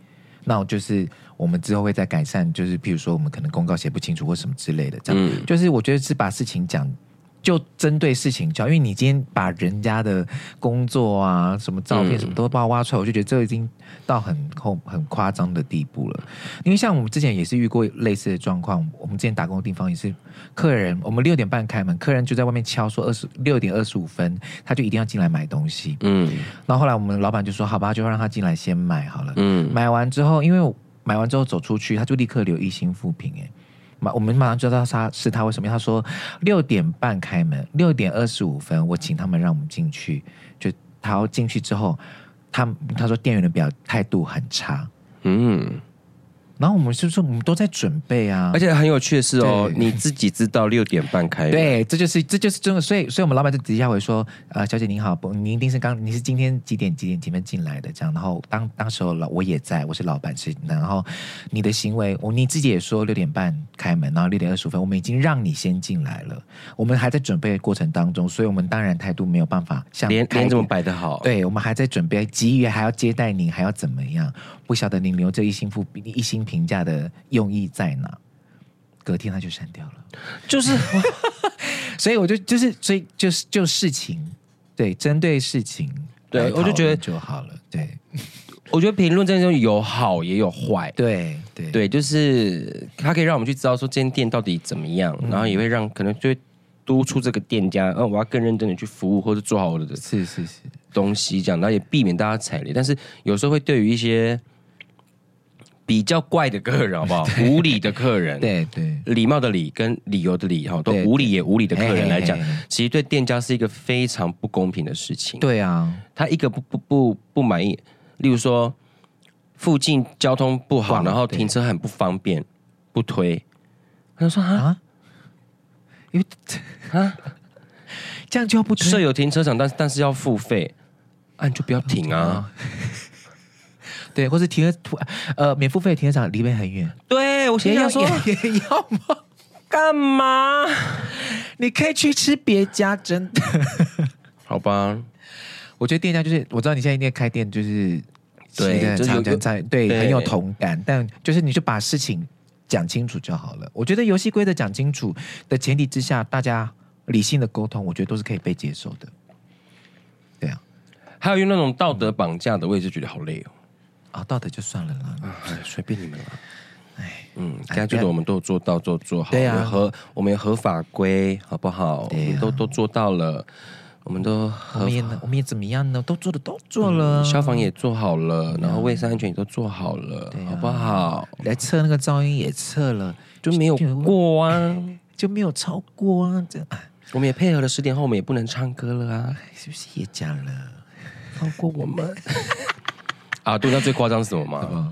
那就是我们之后会再改善，就是譬如说我们可能公告写不清楚或什么之类的，这样、就是我觉得是把事情讲。就针对事情教，因为你今天把人家的工作啊、什么照片什么都把它挖出来，我就觉得这已经到很夸张的地步了。因为像我们之前也是遇过类似的状况，我们之前打工的地方也是客人，我们6点半开门，客人就在外面敲说6点25分，他就一定要进来买东西。然后后来我们老板就说好吧，就让他进来先买好了。买完之后，因为买完之后走出去，他就立刻留1星负评我们马上就知道他是他为什么。他说6点半开门，6点25分我请他们让我们进去，就他要进去之后，他说店员的态度很差。然后我们是不是我们都在准备啊？ 而且很有趣的是你自己知道6点半开门， 对，这就是真的，所以我们老板就底下回说，小姐您好，您一定是你是今天几点进来的这样，然后当时候我也在，我是老板然后你的行为，你自己也说6点半开门，然后6点25分我们已经让你先进来了，我们还在准备的过程当中，所以我们当然态度没有办法像连这么摆得好， 对，我们还在准备，急于还要接待您，还要怎么样？不晓得您留这1星评价的用意在哪？隔天他就删掉了， 就是所以我所以就事情，对，针对事情， 对，我就觉得就好了。对， 我觉得评论这种有好也有坏， 对， 就是它可以让我们去知道说这间店到底怎么样，然后也会让可能就会督促这个店家，我要更认真的去服务或者做好我的东西，这样，然后也避免大家踩雷。但是有时候会对于一些比较怪的客人，好不好？无理的客人， 对， 礼貌的礼跟理由的理，都无理也无理的客人来讲，其实对店家是一个非常不公平的事情。 对啊， 他一个不满意，例如说附近交通不好，然后停车很不方便，不推，他就说因为这样就要不推， 设有停车场，但是要付费，你就不要停啊。 对，或是免付费停车场离边很远。 对，我心想说也要吗？ 干嘛？ 你可以去吃别家，真的。 好吧， 我觉得店家就是我知道你现在一定开店，就是对， 对很有同感，但就是你就把事情讲清楚就好了。我觉得游戏规则讲清楚的前提之下，大家理性的沟通，我觉得都是可以被接受的。对啊， 还有用那种道德绑架的，我也是觉得好累道德就算了啦， 随便你们了。该做的我们都有做到，做好。 对啊， 我们有合法规，好不好？我们都做到了，我们也怎么样呢？都做了， 消防也做好了，然后卫生安全也都做好了，好不好？ 来测那个噪音也测了， 就没有过啊， 就没有超过啊。这我们也配合了10点后，我们也不能唱歌了啊， 是不是也讲了？ 放过我们。对，那最夸张是什么吗？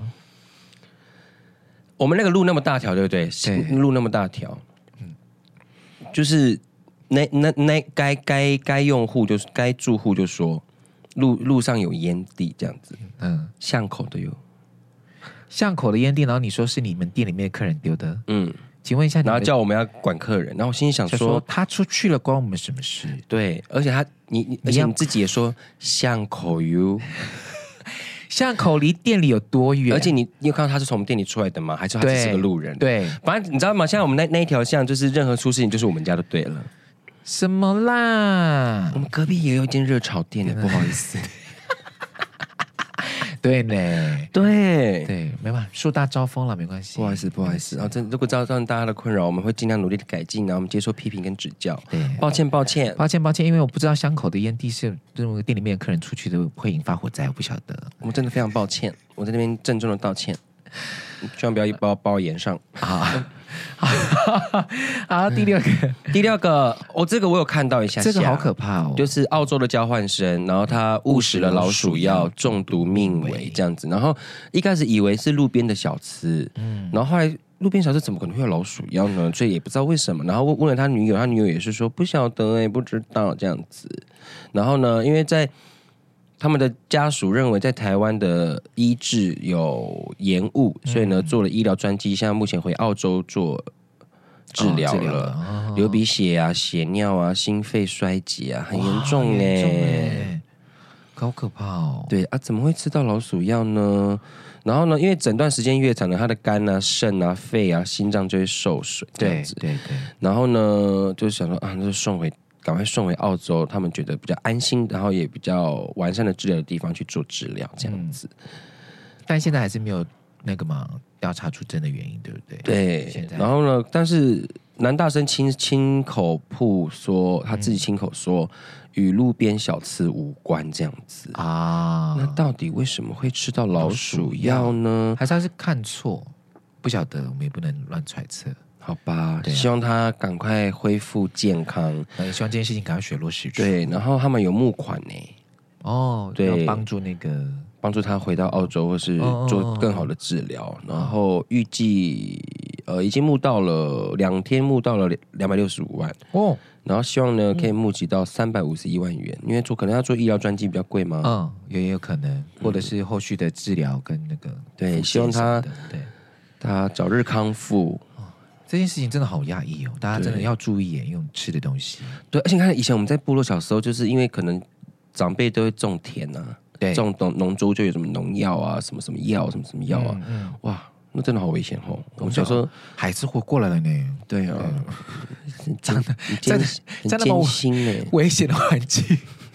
我们那个路那么大条，对不对？路那么大条，就是那该用户就是该住户就说路上有烟蒂这样子，巷口的有巷口的烟蒂，然后你说是你们店里面的客人丢的，请问一下， 然后叫我们要管客人，然后我心里想说他出去了关我们什么事？ 对，而且而且你自己也说巷口有。 巷口离店里有多远？ 而且你有看到他是从店里出来的吗？还是他只是个路人？ 对， 反正你知道吗？现在我们那一条巷，就是任何出事情就是我们家就对了。 什么啦？ 我们隔壁也有一间热炒店的，不好意思。 对呢， 对， 没办法，树大招风了，没关系。 不好意思。然后如果造成大家的困扰，我们会尽量努力的改进，然后我们接受批评跟指教。对，抱歉， 因为我不知道巷口的烟蒂是这种店里面的客人出去的会引发火灾，我不晓得。 我们真的非常抱歉，我在那边郑重的道歉，千万不要把我延上。 好，第六个， 这个我有看到一下， 这个好可怕哦， 就是澳洲的交换生，然后他误食了老鼠药，中毒命危这样子，然后一开始以为是路边的小吃，然后后来路边小吃怎么可能会有老鼠药呢？所以也不知道为什么，然后问了他女友，他女友也是说不晓得不知道这样子，然后呢，因为在他们的家属认为在台湾的医治有延误，所以呢做了医疗专机，现在目前回澳洲做治疗了，流鼻血啊、血尿啊、心肺衰竭啊，很严重好可怕哦。 对啊，怎么会吃到老鼠药呢？然后呢，因为诊断时间越长呢，他的肝啊、肾啊、肺啊、心脏就会受损，这样子。 对。 然后呢，就想说啊，那就赶快送回澳洲，他们觉得比较安心，然后也比较完善的治疗的地方去做治疗，这样子。 但现在还是没有那个嘛，调查出真的原因，对不对？ 对。然后呢，但是男大生亲口曝说，他自己亲口说，与路边小吃无关，这样子啊。那到底为什么会吃到老鼠药呢？ 还是他是看错？不晓得，我们也不能乱揣测。 好吧，希望他赶快恢复健康。 也希望这件事情赶快水落石出。 对，然后他们有募款呢。 哦，对，要帮助他回到澳洲，或是做更好的治疗。然后预计已经募到了2天，募到了265万哦。然后希望呢可以募集到351万元，因为可能要做医疗专机比较贵嘛。 也有可能，或者是后续的治疗跟那个对，希望他早日康复。 这件事情真的好压抑哦，大家真的要注意用吃的东西。 对，而且看以前我们在部落小时候，就是因为可能长辈都会种田啊，对，种农作物就有什么农药啊，什么药，什么药啊，哇，那真的好危险哦。我们小时候还是活过来了呢。对啊， 真的艰辛呢， 危险的环境。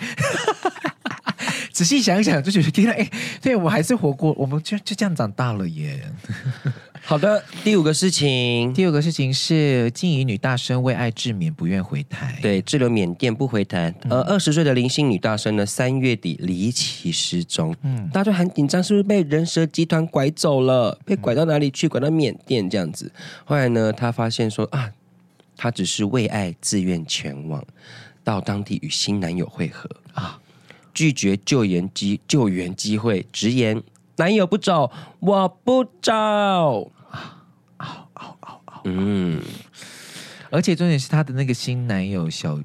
仔细想一想，就觉得天啊，对我还是活过，我们就这样长大了耶。 好的，第五个事情是静怡女大生为爱致缅不愿回台， 对，滞留缅甸不回台。20岁的林姓女大生呢，3月底离奇失踪，大家就很紧张，是不是被人蛇集团拐走了？被拐到哪里去？拐到缅甸这样子。后来呢，她发现说啊，她只是为爱自愿前往，到当地与新男友会合啊，拒绝救援机会，直言男友不走，我不走。 而且重点是她的那个新男友小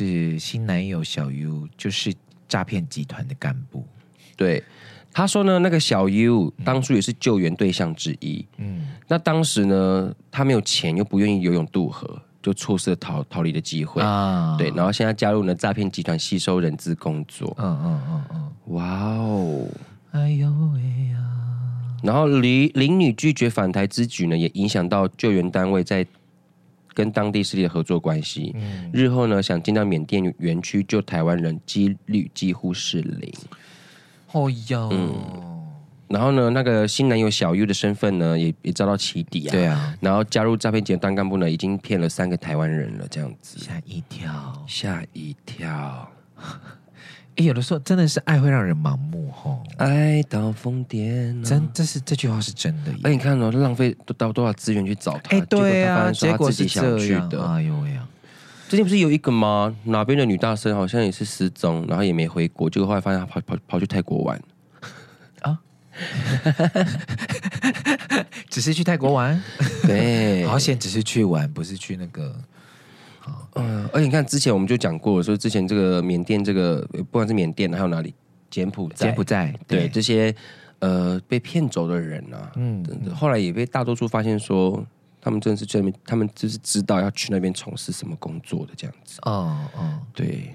U， 就是诈骗集团的干部。 对，他说呢，那个小 U 当初也是救援对象之一。那当时呢，他没有钱，又不愿意游泳渡河，就错失了逃离的机会啊。对，然后现在加入了诈骗集团，吸收人资工作。哇哦，哎呦喂呀！然后林女拒绝返台之举呢，也影响到救援单位在跟当地势力的合作关系。日后呢，想进到缅甸园区救台湾人几率几乎是0。 哦哟， 然后呢，那个新男友小 U 的身份呢，也遭到起底啊。 对啊， 然后加入诈骗集团当干部呢，已经骗了3个台湾人了，这样子。吓一跳。 有的时候真的是爱会让人盲目哦， 爱到疯癫、啊， 这句话是真的。 你看哦，浪费多少资源去找他， 对啊， 结果是想去的。 哎呦喂呀！ 最近不是有一个吗？哪边的女大生好像也是失踪，然后也没回国，结果后来发现她跑去泰国玩啊， 只是去泰国玩， 对， 好险，只是去玩，不是去那个。 而且你看，之前我们就讲过，说之前这个缅甸不管是缅甸还有哪里，柬埔寨，对这些被骗走的人啊，后来也被大多数发现说，他们真的是在那边，他们就是知道要去那边从事什么工作的这样子。对，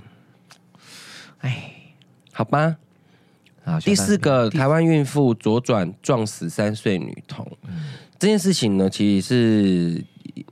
好吧。第4个，台湾孕妇左转撞死3岁女童，这件事情呢，其实是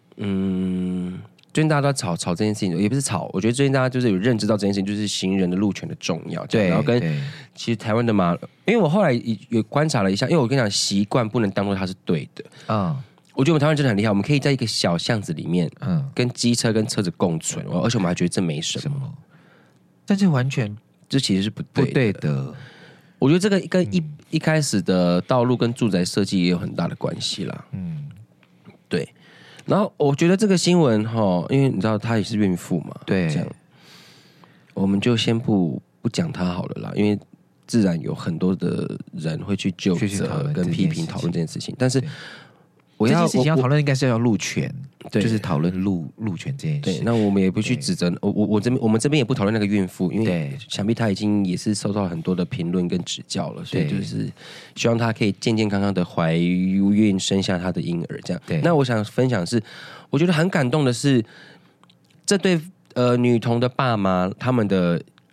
最近大家都在吵这件事情，也不是吵，我觉得最近大家就是有认知到这件事情，就是行人的路权的重要。对，然后跟其实台湾的因为我后来也观察了一下，因为我跟你讲，习惯不能当做它是对的。我觉得我们台湾真的很厉害，我们可以在一个小巷子里面，跟机车跟车子共存，而且我们还觉得这没什么。 但是完全这其实是不对的。我觉得这个跟一开始的道路跟住宅设计也有很大的关系啦。对。然后我觉得这个新闻因为你知道她也是孕妇嘛， 对， 这样我们就先不讲她好了啦，因为自然有很多的人会去纠责跟批评讨论这件事情，但是这件事情要讨论应该是要路权，就是讨论路权这件事。 对，那我们也不去指责我们这边也不讨论那个孕妇，因为想必她已经也是受到很多的评论跟指教了，所以就是希望她可以健健康康的怀孕生下她的婴儿这样。对，那我想分享的是，我觉得很感动的是，这对女童的爸妈他们的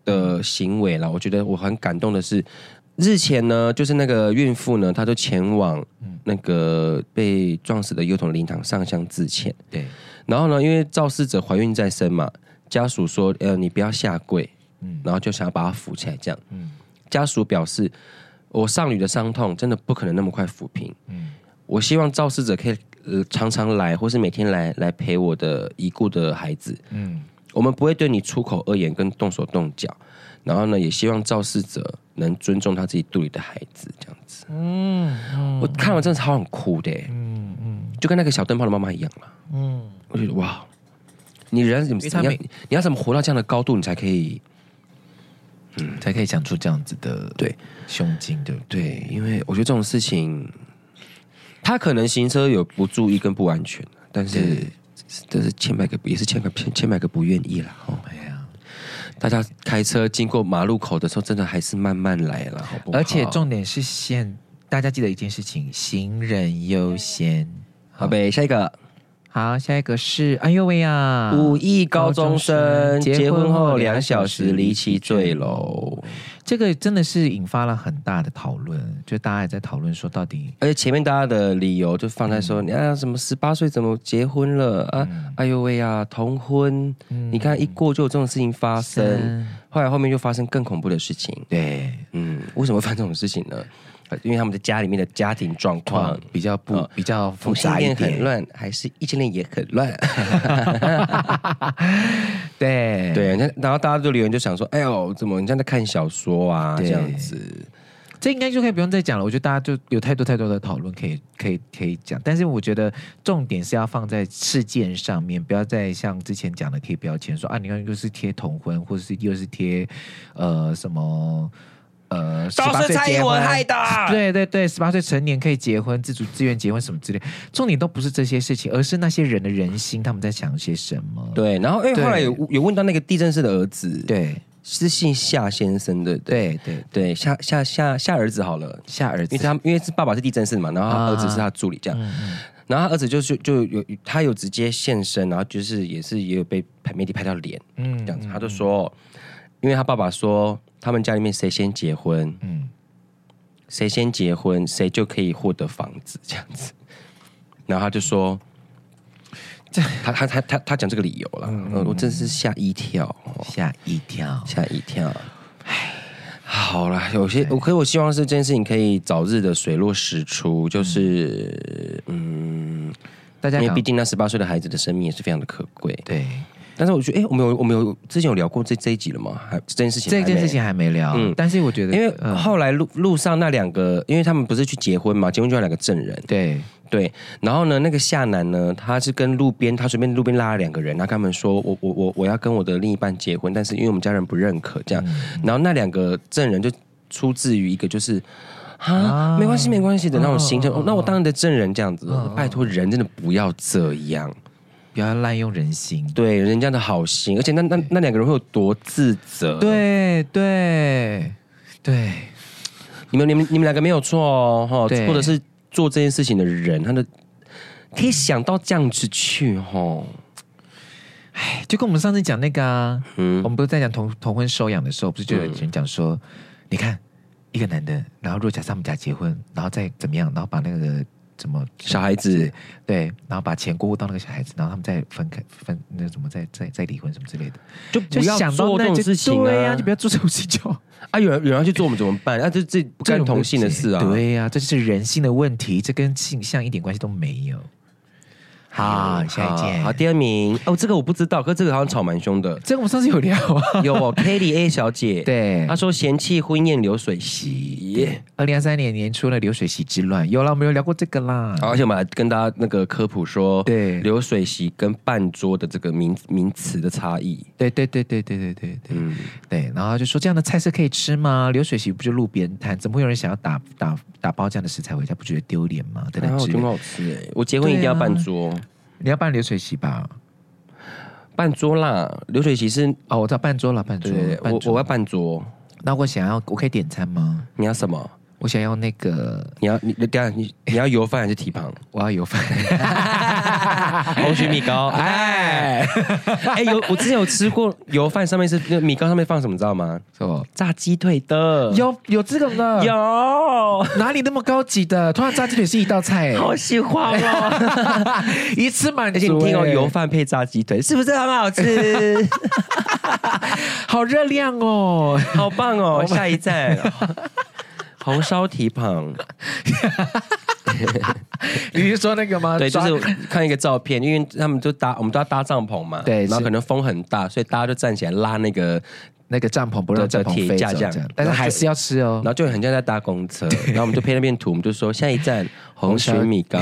的行为啦。我觉得我很感动的是，日前呢，就是那个孕妇呢，她就前往那个被撞死的幼童灵堂上香致歉。 对， 然后呢，因为肇事者怀孕在身嘛，家属说，你不要下跪，然后就想要把她扶起来，这样。家属表示，我少女的伤痛真的不可能那么快抚平。我希望肇事者可以常常来，或是每天来陪我的已故的孩子。我们不会对你出口恶言跟动手动脚。然后呢，也希望肇事者能尊重他自己肚里的孩子，这样子。我看完真的超想哭的，就跟那个小灯泡的妈妈一样嘛。我觉得哇，你要怎么活到这样的高度，你才可以， 才可以讲出这样子的胸襟，对不对？ 对，因为我觉得这种事情，他可能行车有不注意跟不安全，但是这是千百个不愿意啦。大家开车经过马路口的时候，真的还是慢慢来了，好不好？ 而且重点是大家记得一件事情：行人优先。 好呗，下一个。 好，下一个是，哎呦喂呀 ！5亿高中生结婚后2小时离奇坠楼， 这个真的是引发了很大的讨论，就大家也在讨论说到底， 而且前面大家的理由就放在说，什么18岁怎么结婚了啊？哎呦喂呀，同婚，你看一过就有这种事情发生，后面就发生更恐怖的事情。 对， 为什么会发生这种事情呢？因为他们的家里面的家庭状况比较复杂一点， 同性恋很乱，还是异性恋也很乱。 对， 然后大家就留言就想说，哎呦，怎么你像在看小说啊这样子？ 这应该就可以不用再讲了。我觉得大家就有太多的讨论可以讲，但是我觉得重点是要放在事件上面，不要再像之前讲的贴标签说啊，你看又是贴同婚，或者是又是贴什么。 都是蔡英文害的。 对，18岁成年可以结婚，自愿结婚什么之类，重点都不是这些事情，而是那些人的人心，他们在想些什么。 对，然后因为后来有问到那个地震室的儿子， 对， 是姓夏先生的，对，夏儿子好了， 夏儿子， 因为是爸爸是地震室嘛，然后他儿子是他助理这样，然后他儿子他有直接现身，然后就是也有被媒体拍到脸，这样子，他就说，因为他爸爸说。他们家里面谁先结婚，谁先结婚，谁就可以获得房子这样子。然后他就说，他讲这个理由了，我真是吓一跳。好啦，我希望是这件事情可以早日的水落石出，就是大家因为毕竟那18岁的孩子的生命也是非常的可贵， 对。 但是我觉得，我们有之前有聊过这一集了吗？这件事情还没聊。但是我觉得， 因为后来路上那2个，因为他们不是去结婚嘛，结婚就有2个证人。对。然后呢，那个夏男呢，他是跟他随便路边拉了2个人，他跟他们说，我要跟我的另一半结婚，但是因为我们家人不认可这样。然后那2个证人就出自于一个就是没关系的那种心情。那我当你的证人这样子，拜托人真的不要这样。 不要滥用人心， 对人家的好心，而且那2个人会有多自责？ 对， 你们2个没有错哦，或者是做这件事情的人，他的可以想到这样子去哦。 哎，就跟我们上次讲那个我们不是在讲同婚收养的时候，不是就有人讲说，你看一个男的，然后如果假设他们家结婚，然后再怎么样，然后把那个。怎么小孩子对，然后把钱过户到那个小孩子，然后他们再分那怎么再离婚什么之类的， 就不要做这种事情对呀，就不要做这种事情啊！有人要去做，我们怎么办？啊，这不干同性的事啊！ 对呀，这就是人性的问题，这跟性向一点关系都没有。好，下一件。 好，第2名这个我不知道，可是这个好像吵蛮凶的。 这个我们上次有聊啊， 有Kelly A 小姐， 对， 她说嫌弃婚宴流水席。 2023年年初的流水席之乱，有啦，我们有聊过这个啦。 而且我们来跟大家那个科普说， 对， 流水席跟办桌的这个名词的差异。 对，然后就说这样的菜色可以吃吗？流水席不就路边摊，怎么会有人想要打包这样的食材回家，不觉得丢脸吗？等等之类的。 很好吃我结婚一定要办桌。 你要办流水席吧？ 办桌啦，流水席是我知道办桌了，办桌。 我要办桌。 那我可以点餐吗？ 你要什么？ 我想要那个， 你要油饭还是蹄膀？ 我要油饭， 红曲米糕。我之前有吃过油饭，上面是米糕，上面放什么知道吗？ 什么？ 炸鸡腿的。 有这个的？ 有， 哪里那么高级的？突然炸鸡腿是一道菜， 好喜欢哦， 一次满足。 而且你听哦，油饭配炸鸡腿，是不是很好吃？ 好热量哦， 好棒哦！下一站。红烧蹄膀， 你是说那个吗？ 对，就是看一个照片，因为他们我们都要搭帐篷嘛， 对， 然后可能风很大，所以大家就站起来拉那个帐篷，不让帐篷飞走这样，但是还是要吃哦。 然后就很像在搭公车，然后我们就配那片图，我们就说下一站红曲米糕，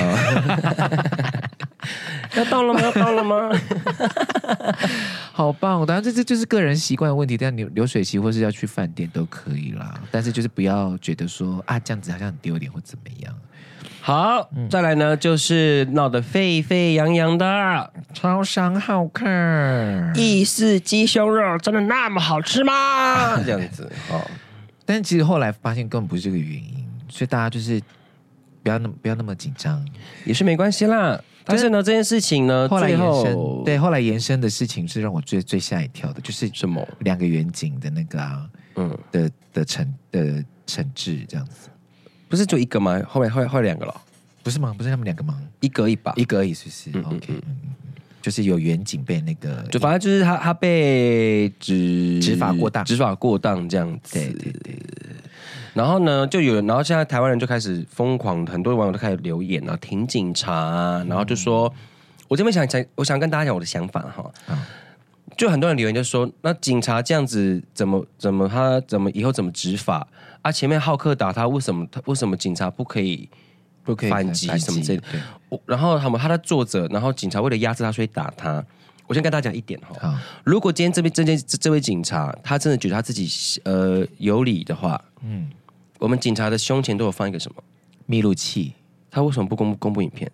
要到了吗？要到了吗？ 好棒！当然这就是个人习惯的问题，但你流水席或是要去饭店都可以啦。但是就是不要觉得说这样子好像很丢脸或怎么样。 好，再来呢，就是闹得沸沸扬扬的超商好客意式鸡胸肉，真的那么好吃吗？这样子但其实后来发现根本不是这个原因，所以大家就是不要那么紧张， 也是没关系啦。但是呢，这件事情呢， 后来延伸的事情是让我最吓一跳的，就是什么 2个远景的那个的惩治这样子， 不是就一个吗？后来2个了， 不是吗？不是他们2个吗？ 一个一把， 一个而已，是不是？OK，就是有远景被那个， 就反正就是他被执法过当这样子， 对。 然后呢，然后现在台湾人就开始疯狂，很多网友都开始留言啊，挺警察然后就说，我这边我想跟大家讲我的想法哈，就很多人留言就说，那警察这样子怎么以后怎么执法啊？前面浩克打他，为什么警察不可以反击什么之类的？然后他的作者，然后警察为了压制他，所以打他。我先跟大家讲一点哈，如果今天这位警察他真的觉得他自己有理的话，我们警察的胸前都有放一个什么密录器， 他为什么不公布影片？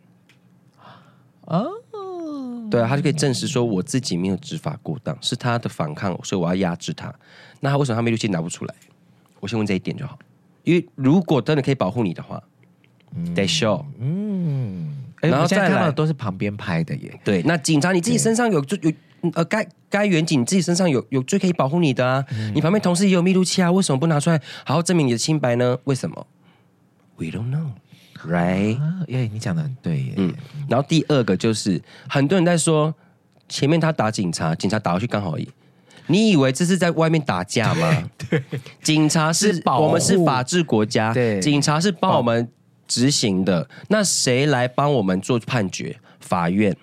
对啊，他就可以证实说我自己没有执法过当，是他的反抗，所以我要压制他。那他为什么他密录器拿不出来？我先问这一点就好，因为如果真的可以保护你的话，得 show。 然后再来看到的都是旁边拍的耶。 对，那警察你自己身上有该远景你自己身上有最可以保护你的啊。你旁边同事也有密录器啊，为什么不拿出来好好证明你的清白呢？为什么 ？We don't know, right？ 你讲的很对耶。 然后第二个就是很多人在说前面他打警察，警察打回去刚好而已。你以为这是在外面打架吗？ 对， 警察我们是法治国家， 对， 警察是帮我们执行的，那谁来帮我们做判决？法院。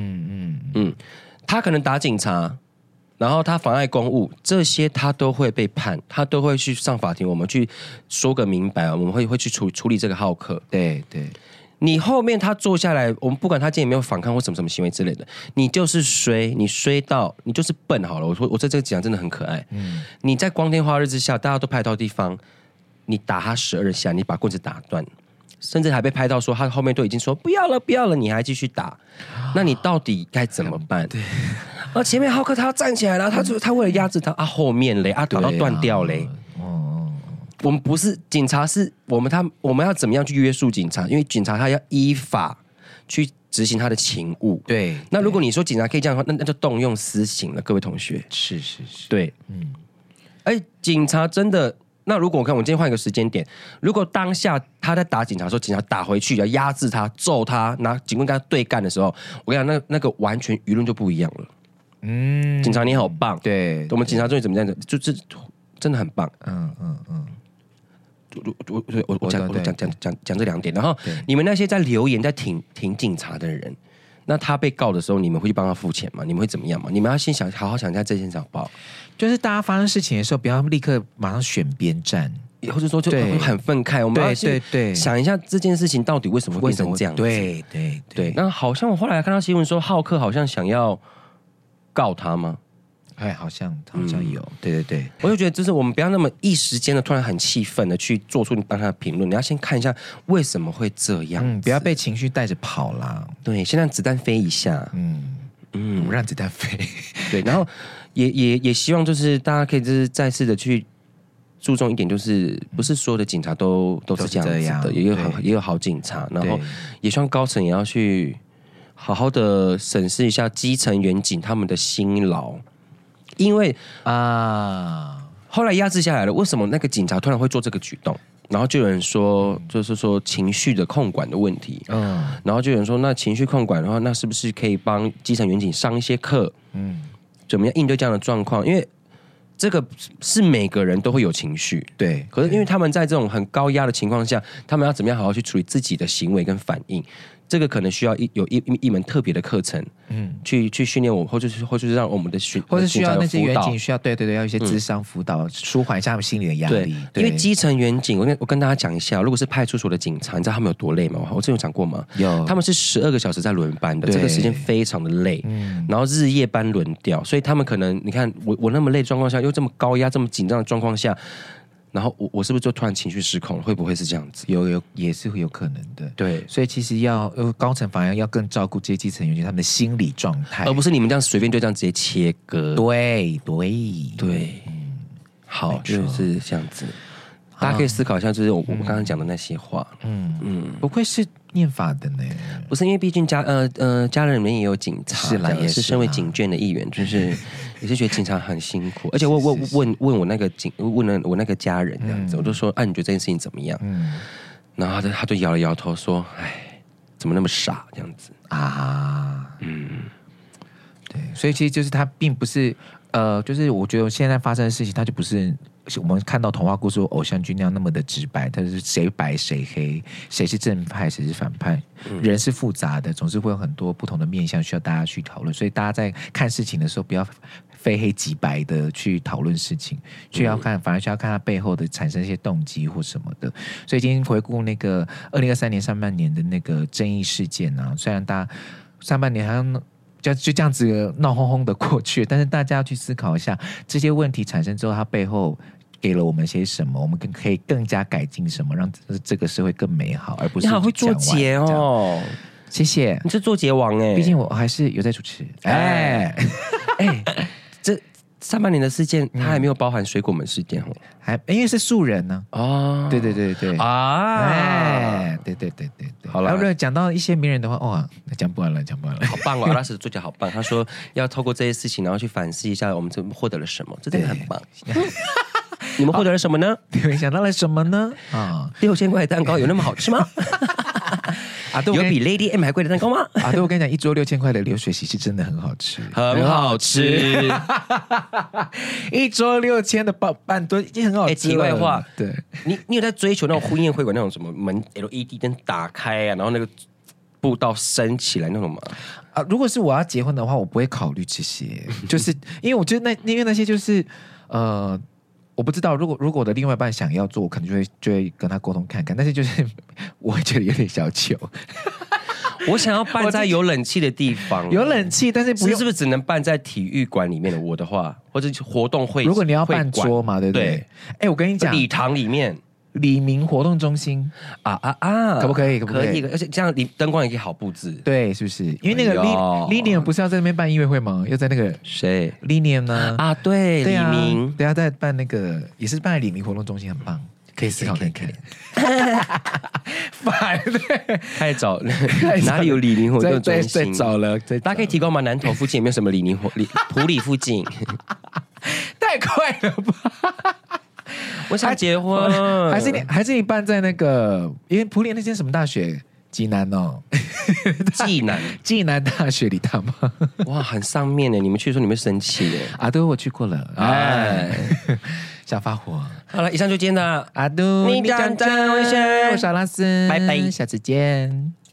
他可能打警察，然后他妨碍公务，这些他都会被判，他都会去上法庭，我们去说个明白，我们会去处理这个浩克。 对， 你后面他坐下来，我们不管他今天有没有反抗或什么行为之类的，你就是衰，你衰到你就是笨好了。我在这个讲真的很可爱。你在光天化日之下，大家都拍到地方，你打他12下，你把棍子打断。甚至还被拍到说他后面都已经说不要了，你还继续打，那你到底该怎么办？对，而前面浩克他要站起来了，他为了压制他后面嘞打到断掉嘞。我们不是警察，是我们要怎么样去约束警察？因为警察他要依法去执行他的勤务。 对， 那如果你说警察可以这样的话，那就动用私刑了，各位同学。 是， 对，警察真的。那如果我今天换一个时间点，如果当下他在打警察的时候，警察打回去要压制他、揍他，拿警棍跟他对干的时候，我跟你讲，那个完全舆论就不一样了。警察你好棒， 对， 我们警察终于怎么样子，就是真的很棒。我讲这2点，然后你们那些在留言在挺警察的人，那他被告的时候，你们会去帮他付钱吗？你们会怎么样吗？你们要先好好想一下这件事好不好？就是大家发生事情的时候，不要立刻马上选边站，或者说就很愤慨。我们要对想一下这件事情到底为什么会变成这样子？对。那好像我后来看到新闻说，浩克好像想要告他吗？好像有。对。我就觉得，就是我们不要那么一时间的突然很气愤的去做出你帮他的评论，你要先看一下为什么会这样，不要被情绪带着跑啦。对，先让子弹飞一下。不让子弹飞。对，然后也希望就是大家可以就是再次的去注重一点，就是不是所有的警察都是这样子的，也有好警察，然后也希望高层也要去好好的审视一下基层员警他们的辛劳，因为后来压制下来了，为什么那个警察突然会做这个举动？然后就有人说，就是说情绪的控管的问题。然后就有人说，那情绪控管的话，那是不是可以帮基层员警上一些课？怎么样应对这样的状况？因为这个是每个人都会有情绪， 对。 可是因为他们在这种很高压的情况下，他们要怎么样好好去处理自己的行为跟反应？这个可能需要有一门特别的课程，去训练我，或者是让我们的或者需要那些员警需要对要一些咨商辅导，舒缓一下他们心理的压力。 因为基层员警，我跟大家讲一下，如果是派出所的警察，你知道他们有多累吗？我之前有讲过吗？ 有， 他们是12个小时在轮班的，这个时间非常的累，然后日夜班轮调，所以他们可能你看我那么累的状况下，又这么高压、这么紧张的状况下。然后我是不是就突然情绪失控？会不会是这样子？ 也是会有可能的。 对， 所以其实高层反而要更照顾这些基层员工他们的心理状态， 而不是你们这样随便就这样直接切割。 对， 好，就是这样子。大家可以思考一下，就是我刚刚讲的那些话。 不愧是念法的呢。 不是因为毕竟家人里面也有警察， 是啦，也是身为警眷的一员，就是也是觉得警察很辛苦。而且我问我那个问了我那个家人这样子，我就说，你觉得这件事情怎么样？然后他就摇了摇头说，怎么那么傻这样子啊？ 对，所以其实就是他并不是就是我觉得现在发生的事情，他就不是我们看到童话故事、偶像剧那样那么的直白，他是谁白谁黑，谁是正派谁是反派，人是复杂的，总是会有很多不同的面向需要大家去讨论，所以大家在看事情的时候不要非黑即白的去讨论事情，反而需要看他背后的产生一些动机或什么的。所以今天回顾那个2023年上半年的那个争议事件啊，虽然大家上半年好像就这样子闹哄哄的过去，但是大家要去思考一下，这些问题产生之后，它背后给了我们些什么，我们可以更加改进什么，让这个社会更美好，而不是你好会做结哦， 谢谢， 你是做结王毕竟我还是有在主持。 这上半年的事件，它还没有包含水果门事件因为是素人呢。对对对好了，如果讲到一些名人的话，哇，讲不完了， 好棒哦！阿拉斯的作家好棒，他说要透过这些事情，然后去反思一下我们获得了什么，这真的很棒。你们获得了什么呢？ 你们想到了什么呢 ？6000块的蛋糕有那么好吃吗？有比 Lady M 还贵的蛋糕吗？ 对，我跟你讲，一桌6000块的流水席是真的很好吃， 很好吃。 一桌6000的半吨已经很好吃了。 题外话， 对， 你有在追求那种婚宴会馆那种什么门 LED 灯打开然后那个步道升起来那种吗？ 如果是我要结婚的话，我不会考虑这些，就是因为我觉得因为那些就是我不知道，如果我的另外一半想要做，我可能就会跟他沟通看看，但是就是我会觉得有点小糗。 我想要办在有冷气的地方， 有冷气，但是是不是只能办在体育馆里面的？我的话，或者活动会， 如果你要办桌嘛，对不对？我跟你讲， 礼堂里面。 李明活动中心可不可以？ 可以，而且这样灯光也可以好布置， 对，是不是？因为那个 Linium 不是要在那边办音乐会吗？要在那个谁 Linium 呢？ 对，李明， 等下再办那个，也是办在李明活动中心，很棒，可以思考看看。反对， 太早了，哪里有李明活动中心？ 再早了， 大家可以提供吗？南投附近有没有什么李明埔里附近？ 太快了吧！ 我想结婚， 还是你办在那个，因为埔里那间什么大学？济南哦，济南大学礼堂吗？ 哇，很上面呢！你们去的时候你们生气耶？ 对，我去过了，想发火。 好了，以上就今天的你讲真，我是阿拉斯， 拜拜， 下次见。